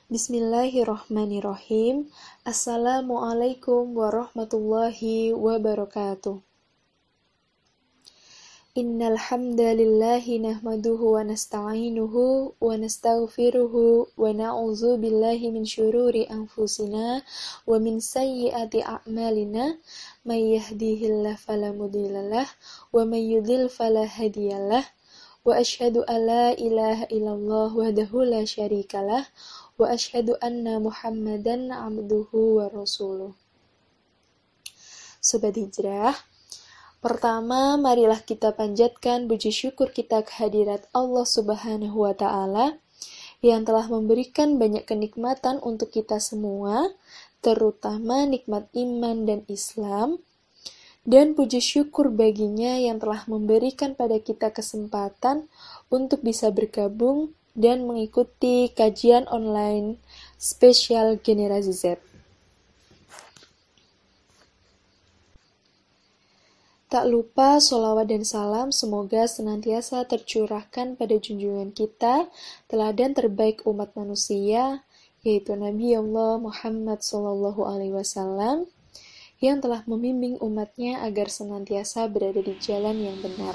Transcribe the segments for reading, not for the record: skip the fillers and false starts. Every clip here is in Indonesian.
Bismillahirrahmanirrahim. Assalamualaikum warahmatullahi wabarakatuh. Innal hamdalillahi nahmaduhu wa nasta'inuhu wa nastaghfiruhu wa na'udzu billahi min syururi anfusina wa min sayyiati a'malina may yahdihillahu fala mudhillalah wa may yudhlil fala hadiyalah wa asyhadu an la ilaha illallah wahdahu la syarikalah wa asyhadu anna Muhammadan abduhu wa rasuluh. Sobat Hijrah, pertama marilah kita panjatkan puji syukur kita kehadirat Allah Subhanahu wa Ta'ala yang telah memberikan banyak kenikmatan untuk kita semua, terutama nikmat iman dan Islam, dan puji syukur baginya yang telah memberikan pada kita kesempatan untuk bisa bergabung dan mengikuti kajian online spesial Generasi Z. Tak lupa sholawat dan salam semoga senantiasa tercurahkan pada junjungan kita, teladan terbaik umat manusia, yaitu Nabi Allah Muhammad SAW, yang telah membimbing umatnya agar senantiasa berada di jalan yang benar.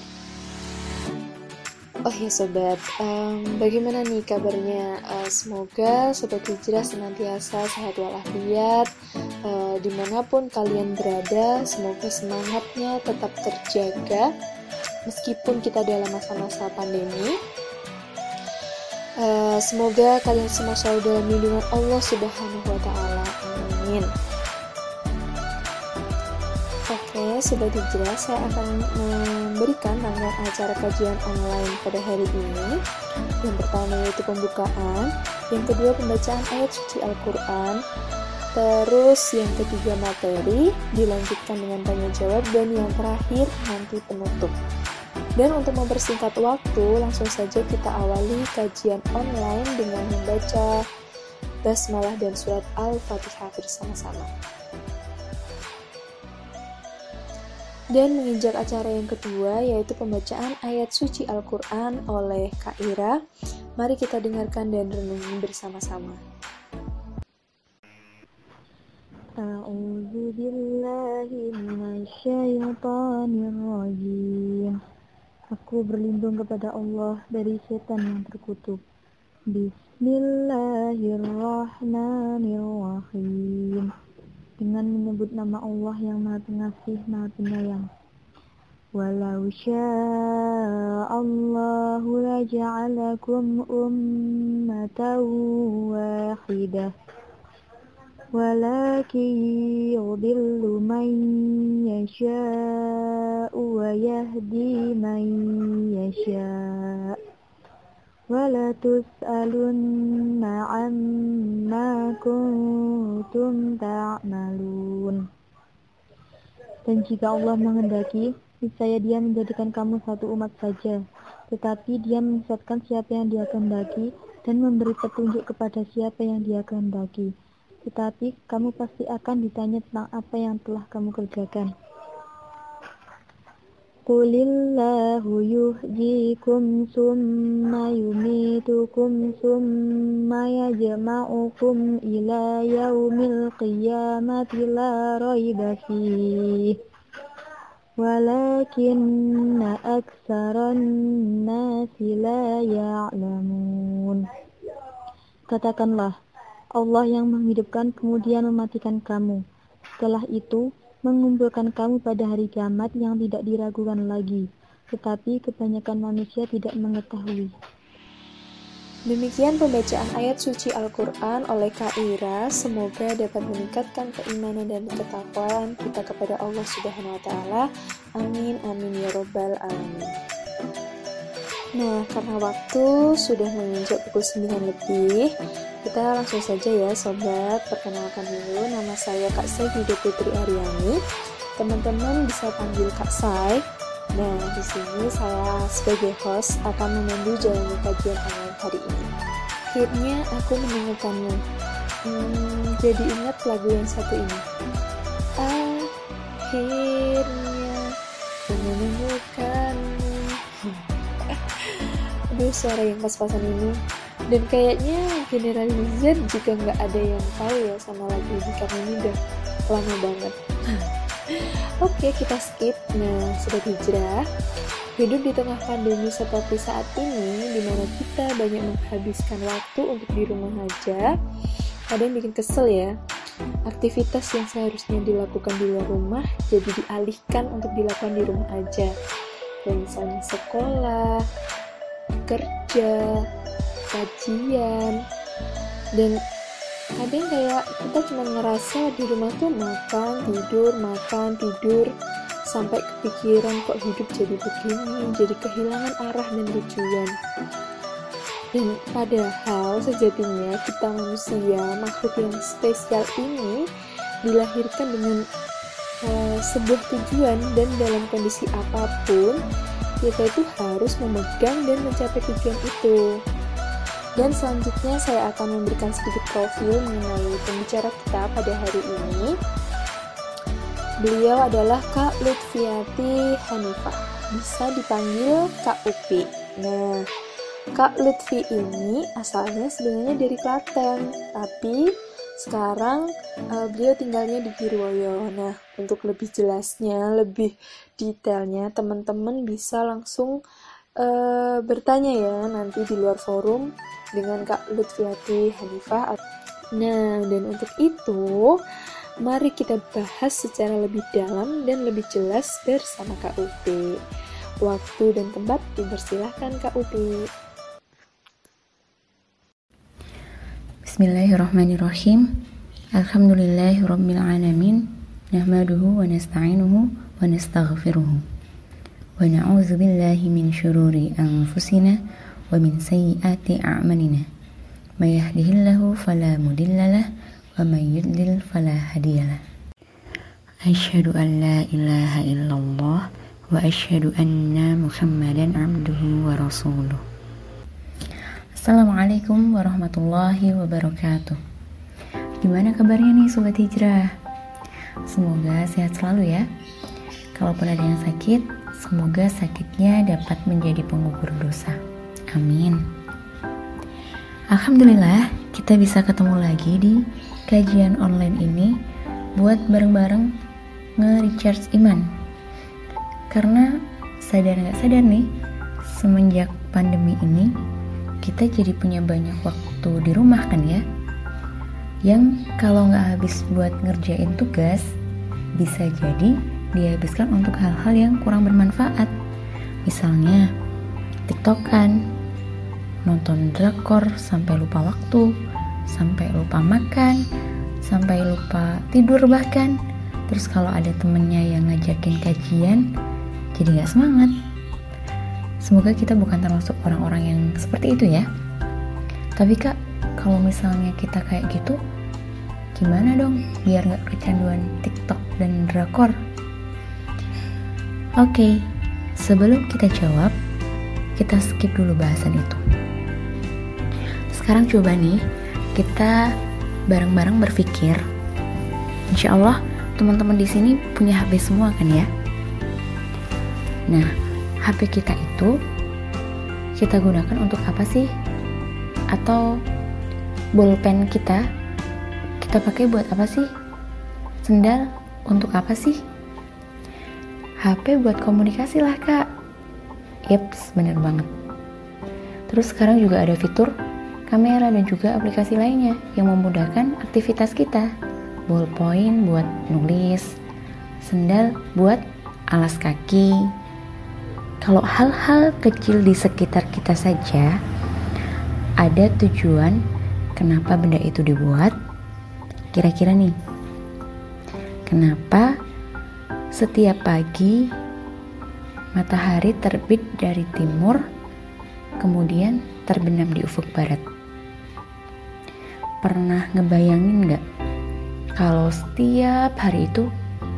Oh ya sobat, bagaimana nih kabarnya? Semoga sobat hijrah senantiasa sehat walafiat, dimanapun kalian berada, semoga semangatnya tetap terjaga meskipun kita dalam masa-masa pandemi. Semoga kalian semua selalu dalam lindungan Allah Subhanahu wa Ta'ala. Amin. Oke, Sobat Hijrah, saya akan memberikan rangkaian acara kajian online pada hari ini. Yang pertama yaitu pembukaan, yang kedua pembacaan ayat suci Al-Quran, terus yang ketiga materi, dilanjutkan dengan tanya jawab, dan yang terakhir nanti penutup. Dan untuk mempersingkat waktu, langsung saja kita awali kajian online dengan membaca basmalah dan surat Al-Fatihah bersama-sama. Dan menginjak acara yang kedua, yaitu pembacaan ayat suci Al-Quran oleh Kak Ira. Mari kita dengarkan dan renungi bersama-sama. A'udzu billahi minasyaitonir rajim. Aku berlindung kepada Allah dari setan yang terkutuk. Bismillahirrahmanirrahim. Dengan menyebut nama Allah yang Maha Pengasih, Maha Penyayang. Walau sya'allahu laja'alakum ummatan wahidah. Walakin yudhillu man yasha'u wa yahdi man yasha'. Wala tus'alunna amma kuntum ta'malun. Dan jika Allah menghendaki, niscaya Dia menjadikan kamu satu umat saja, tetapi Dia menyesatkan siapa yang Dia kehendaki dan memberi petunjuk kepada siapa yang Dia kehendaki. Tetapi kamu pasti akan ditanya tentang apa yang telah kamu kerjakan. Qulillahu yuhyikum summa yumitukum summa yajma'ukum ila yaumil qiyamati la raiba fihi walakinna aktsaran nasi la ya'lamun. Katakanlah, Allah yang menghidupkan kemudian mematikan kamu. Setelah itu mengumpulkan kamu pada hari kiamat yang tidak diragukan lagi, tetapi kebanyakan manusia tidak mengetahui. Demikian pembacaan ayat suci Al-Quran oleh Kak Ira. Semoga dapat meningkatkan keimanan dan ketakwaan kita kepada Allah Subhanahu wa Ta'ala. Amin, amin ya robbal alamin. Nah, karena waktu sudah menginjak pukul 9 lebih, kita langsung saja ya sobat. Perkenalkan dulu, nama saya Kak Saidido Putri Aryani. Teman-teman bisa panggil Kak Sai. Nah, di sini saya sebagai host akan memandu jalannya kajian online hari ini. Akhirnya aku menemukanmu. Jadi ingat lagu yang satu ini. Akhirnya aku menemukanmu. Aduh, suara yang pas-pasan ini Dan kayaknya generasi Z juga nggak ada yang tahu ya sama lagu ini karena ini udah lama banget. Oke, kita skip. Nah, Sobat Hijrah, hidup di tengah pandemi seperti saat ini, di mana kita banyak menghabiskan waktu untuk di rumah aja, kadang bikin kesel ya. Aktivitas yang seharusnya dilakukan di luar rumah jadi dialihkan untuk dilakukan di rumah aja. Kayak misalnya sekolah, kerja, kajian, dan kadang kayak kita cuma ngerasa di rumah tuh makan, tidur, sampai kepikiran kok hidup jadi begini, jadi kehilangan arah dan tujuan. Dan padahal sejatinya kita manusia, makhluk yang spesial ini dilahirkan dengan sebuah tujuan, dan dalam kondisi apapun kita itu harus memegang dan mencapai tujuan itu. Dan selanjutnya saya akan memberikan sedikit profil mengenai pembicara kita pada hari ini. Beliau adalah Kak Lutfiati Hanifah, bisa dipanggil Kak Upi. Nah, Kak Lutfi ini asalnya sebenarnya dari Klaten, tapi sekarang beliau tinggalnya di Girwoyo. Nah, untuk lebih jelasnya, lebih detailnya, teman-teman bisa langsung bertanya ya nanti di luar forum dengan Kak Lutfiati Hanifah. Nah, dan untuk itu mari kita bahas secara lebih dalam dan lebih jelas bersama Kak Upi. Waktu dan tempat dipersilahkan Kak Upi. Bismillahirrahmanirrahim. Alhamdulillahirabbil alamin. Nahmaduhu wa nasta'inuhu wa nastaghfiruh. Wa na'udzu billahi min syururi anfusina wa min sayyiati a'malina. May yahdihillahu fala mudhillalah wa may yudlil fala hadiyalah. Asyhadu an la ilaha illallah wa asyhadu anna Muhammadan abduhu wa rasuluh. Assalamualaikum warahmatullahi wabarakatuh. Gimana kabarnya nih Sobat Hijrah? Semoga sehat selalu ya. Kalaupun ada yang sakit, semoga sakitnya dapat menjadi penggugur dosa. Amin. Alhamdulillah, kita bisa ketemu lagi di kajian online ini buat bareng-bareng nge-recharge iman. Karena sadar gak sadar nih, semenjak pandemi ini, kita jadi punya banyak waktu di rumah kan ya, yang kalau gak habis buat ngerjain tugas, bisa jadi dihabiskan untuk hal-hal yang kurang bermanfaat. Misalnya tiktokan, nonton drakor sampai lupa waktu, sampai lupa makan, sampai lupa tidur bahkan. Terus kalau ada temennya yang ngajakin kajian, jadi gak semangat. Semoga kita bukan termasuk orang-orang yang seperti itu ya. Tapi Kak, kalau misalnya kita kayak gitu, gimana dong biar gak kecanduan TikTok dan drakor? Oke, sebelum kita jawab, kita skip dulu bahasan itu. Sekarang coba nih, kita bareng-bareng berpikir. Insya Allah teman-teman di sini punya HP semua kan ya? Nah, HP kita itu kita gunakan untuk apa sih? Atau bolpen kita pakai buat apa sih? Sendal untuk apa sih? HP buat komunikasi lah Kak. Yeps, bener banget. Terus sekarang juga ada fitur kamera dan juga aplikasi lainnya yang memudahkan aktivitas kita. Ballpoint buat nulis, sendal buat alas kaki. Kalau hal-hal kecil di sekitar kita saja ada tujuan kenapa benda itu dibuat. Kira-kira nih, kenapa setiap pagi matahari terbit dari timur kemudian terbenam di ufuk barat? Pernah ngebayangin gak kalau setiap hari itu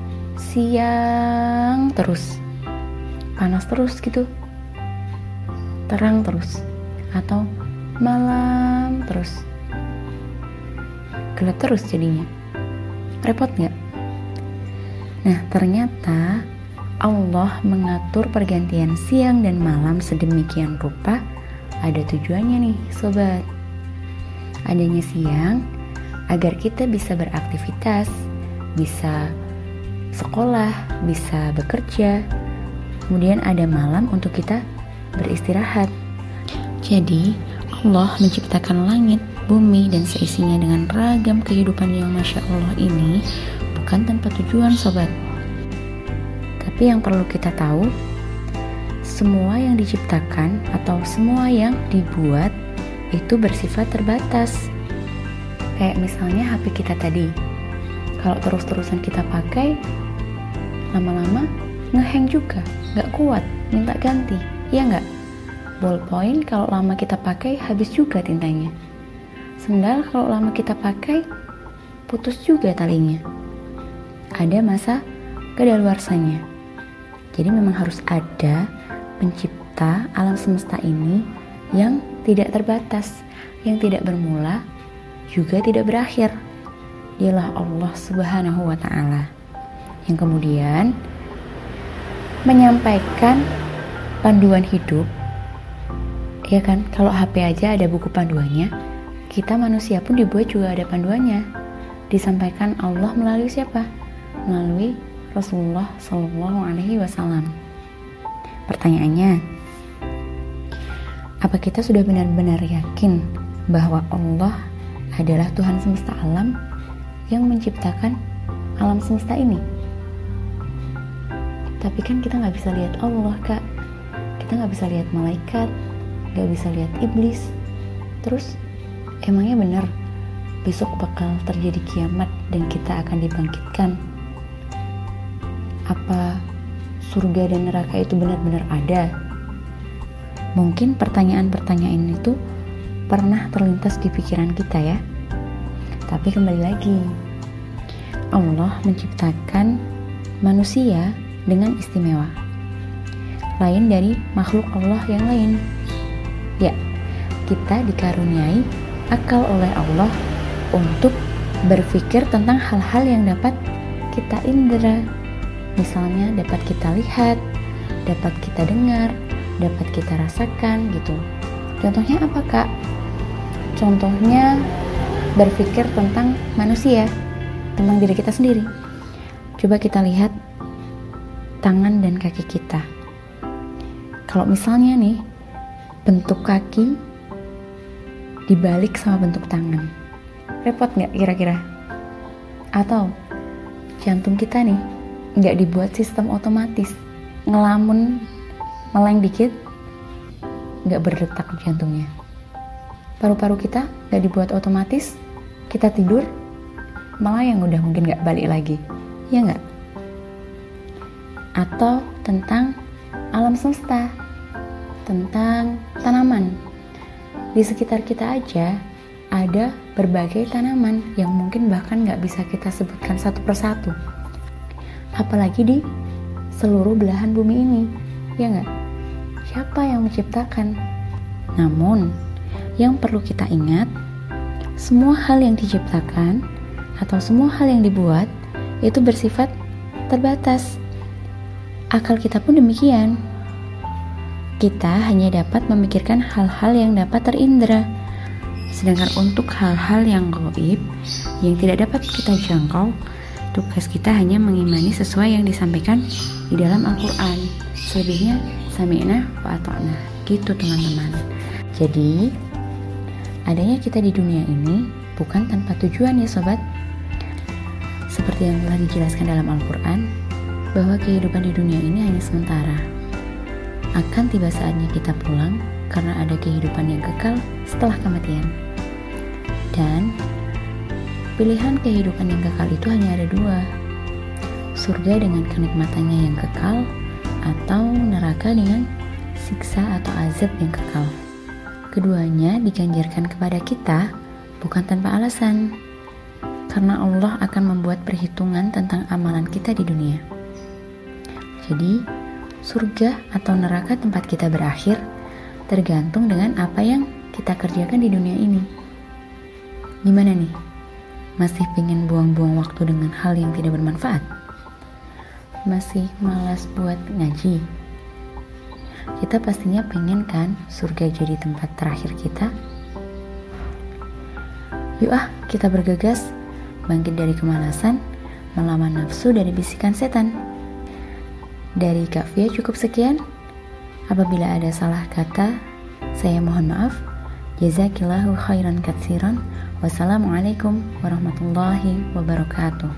siang terus, panas terus gitu, terang terus, atau malam terus, gelap terus jadinya? Repot gak? Nah, ternyata Allah mengatur pergantian siang dan malam sedemikian rupa ada tujuannya nih sobat. adanya siang agar kita bisa beraktivitas, bisa sekolah, bisa bekerja. Kemudian ada malam untuk kita beristirahat. Jadi Allah menciptakan langit, bumi, dan seisinya dengan ragam kehidupan yang Masya Allah ini bukan tanpa tujuan sobat. Tapi yang perlu kita tahu, semua yang diciptakan atau semua yang dibuat itu bersifat terbatas. Kayak misalnya HP kita tadi, kalau terus-terusan kita pakai, lama-lama ngehang juga, gak kuat, minta ganti, iya gak? Ballpoint kalau lama kita pakai habis juga tintanya. Sendal kalau lama kita pakai putus juga talinya. Ada masa kedaluarsanya. Jadi memang harus ada pencipta alam semesta ini yang tidak terbatas, yang tidak bermula juga tidak berakhir. Dialah Allah Subhanahu wa Ta'ala yang kemudian menyampaikan panduan hidup. Ya kan, kalau HP aja ada buku panduannya, kita manusia pun dibuat juga ada panduannya. Disampaikan Allah melalui siapa? Melalui Rasulullah Shallallahu Alaihi Wasallam. Pertanyaannya, apa kita sudah benar-benar yakin bahwa Allah adalah Tuhan semesta alam yang menciptakan alam semesta ini? Tapi kan kita nggak bisa lihat Allah, Kak. Kita nggak bisa lihat malaikat, nggak bisa lihat iblis. Terus emangnya benar besok bakal terjadi kiamat dan kita akan dibangkitkan? Apa surga dan neraka itu benar-benar ada? Mungkin pertanyaan-pertanyaan itu pernah terlintas di pikiran kita ya. Tapi kembali lagi, Allah menciptakan manusia dengan istimewa, lain dari makhluk Allah yang lain. Ya, kita dikaruniai akal oleh Allah untuk berpikir tentang hal-hal yang dapat kita indera. Misalnya dapat kita lihat, dapat kita dengar, dapat kita rasakan gitu. Contohnya apa, Kak? Contohnya berpikir tentang manusia, tentang diri kita sendiri. Coba kita lihat tangan dan kaki kita. Kalau misalnya nih, bentuk kaki dibalik sama bentuk tangan, repot nggak kira-kira? Atau jantung kita nih nggak dibuat sistem otomatis, ngelamun meleng dikit nggak berdetak jantungnya. Paru-paru kita nggak dibuat otomatis, kita tidur malah yang udah mungkin nggak balik lagi, ya nggak? Atau tentang alam semesta, tentang tanaman. Di sekitar kita aja ada berbagai tanaman yang mungkin bahkan nggak bisa kita sebutkan satu persatu. Apalagi di seluruh belahan bumi ini, ya nggak? Siapa yang menciptakan? Namun, yang perlu kita ingat, semua hal yang diciptakan atau semua hal yang dibuat itu bersifat terbatas. Akal kita pun demikian. Kita hanya dapat memikirkan hal-hal yang dapat terindra. Sedangkan untuk hal-hal yang gaib, yang tidak dapat kita jangkau, tugas kita hanya mengimani sesuai yang disampaikan di dalam Al-Quran. Selebihnya, sami'na wa ata'na. Gitu teman-teman. Jadi, adanya kita di dunia ini bukan tanpa tujuan ya sobat. Seperti yang telah dijelaskan dalam Al-Quran, bahwa kehidupan di dunia ini hanya sementara. Akan tiba saatnya kita pulang karena ada kehidupan yang kekal setelah kematian. Dan pilihan kehidupan yang kekal itu hanya ada dua. Surga dengan kenikmatannya yang kekal, atau neraka dengan siksa atau azab yang kekal. Keduanya diganjarkan kepada kita bukan tanpa alasan, karena Allah akan membuat perhitungan tentang amalan kita di dunia. Jadi, surga atau neraka tempat kita berakhir tergantung dengan apa yang kita kerjakan di dunia ini. Gimana nih? Masih pengen buang-buang waktu dengan hal yang tidak bermanfaat? Masih malas buat ngaji? Kita pastinya pengen kan surga jadi tempat terakhir kita? Yuk kita bergegas, bangkit dari kemalasan, melawan nafsu dari bisikan setan. Dari Kak Fia cukup sekian. Apabila ada salah kata, saya mohon maaf. Jazakillahu khairan katsiran. Wassalamualaikum warahmatullahi wabarakatuh.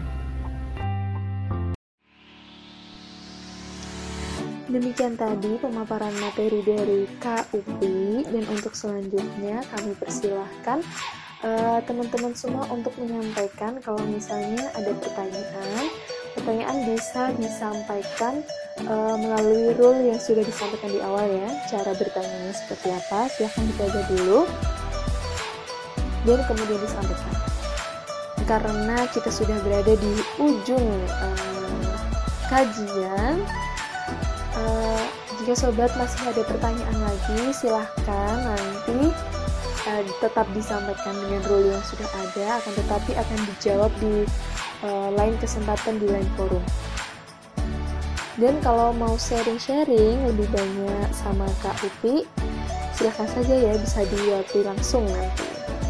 Demikian tadi pemaparan materi dari Kak Upi, dan untuk selanjutnya kami persilahkan teman-teman semua untuk menyampaikan. Kalau misalnya ada pertanyaan bisa disampaikan melalui rule yang sudah disampaikan di awal ya. Cara bertanya seperti apa, silahkan dibaca dulu dan kemudian disampaikan. Karena kita sudah berada di ujung kajian, jika sobat masih ada pertanyaan lagi, silahkan nanti tetap disampaikan dengan rule yang sudah ada, tetapi akan dijawab di lain kesempatan di lain forum. Dan kalau mau sharing-sharing lebih banyak sama Kak Upi, silahkan saja ya, bisa di langsung nanti.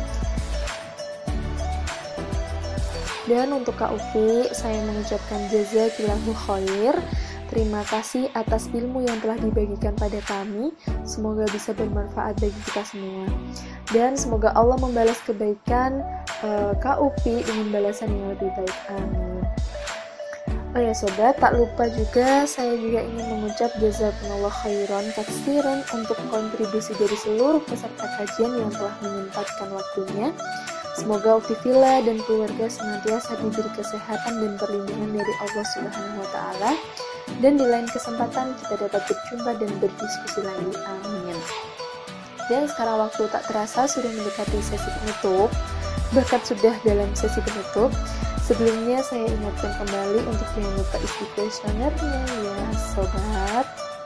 Dan untuk Kak Upi, saya mengucapkan jazakillahu khair. Terima kasih atas ilmu yang telah dibagikan pada kami. Semoga bisa bermanfaat bagi kita semua. Dan semoga Allah membalas kebaikan Kak Upi dengan balasan yang lebih baik. Amin. Oh ya sobat, tak lupa juga saya juga ingin mengucap jazakumullah khairan katsiran untuk kontribusi dari seluruh peserta kajian yang telah menyempatkan waktunya. Semoga Uktifila dan keluarga senantiasa diberi kesehatan dan perlindungan dari Allah Subhanahu wa Ta'ala. Dan di lain kesempatan kita dapat berjumpa dan berdiskusi lagi. Amin. Dan sekarang waktu tak terasa sudah mendekati sesi penutup, bahkan sudah dalam sesi penutup. Sebelumnya saya ingatkan kembali untuk jangan lupa isi kuesionernya ya sobat.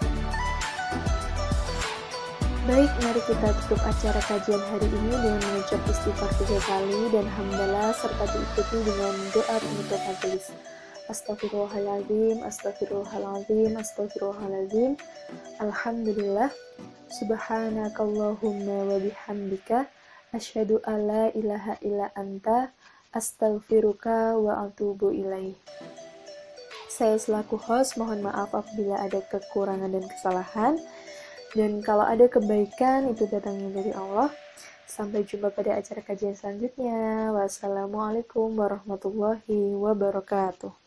Baik, mari kita tutup acara kajian hari ini dengan mengucap istighfar 3 kali dan hamdalah serta diikuti dengan doa penutup majelis. Astaghfirullahaladzim, astaghfirullahaladzim, astaghfirullahaladzim. Alhamdulillah. Subhanakallahumma wa bihamdika asyhadu alla ilaha illa anta astaghfiruka wa atubu ilaih. Saya selaku host mohon maaf apabila ada kekurangan dan kesalahan. Dan kalau ada kebaikan itu datangnya dari Allah. Sampai jumpa pada acara kajian selanjutnya. Wassalamualaikum warahmatullahi wabarakatuh.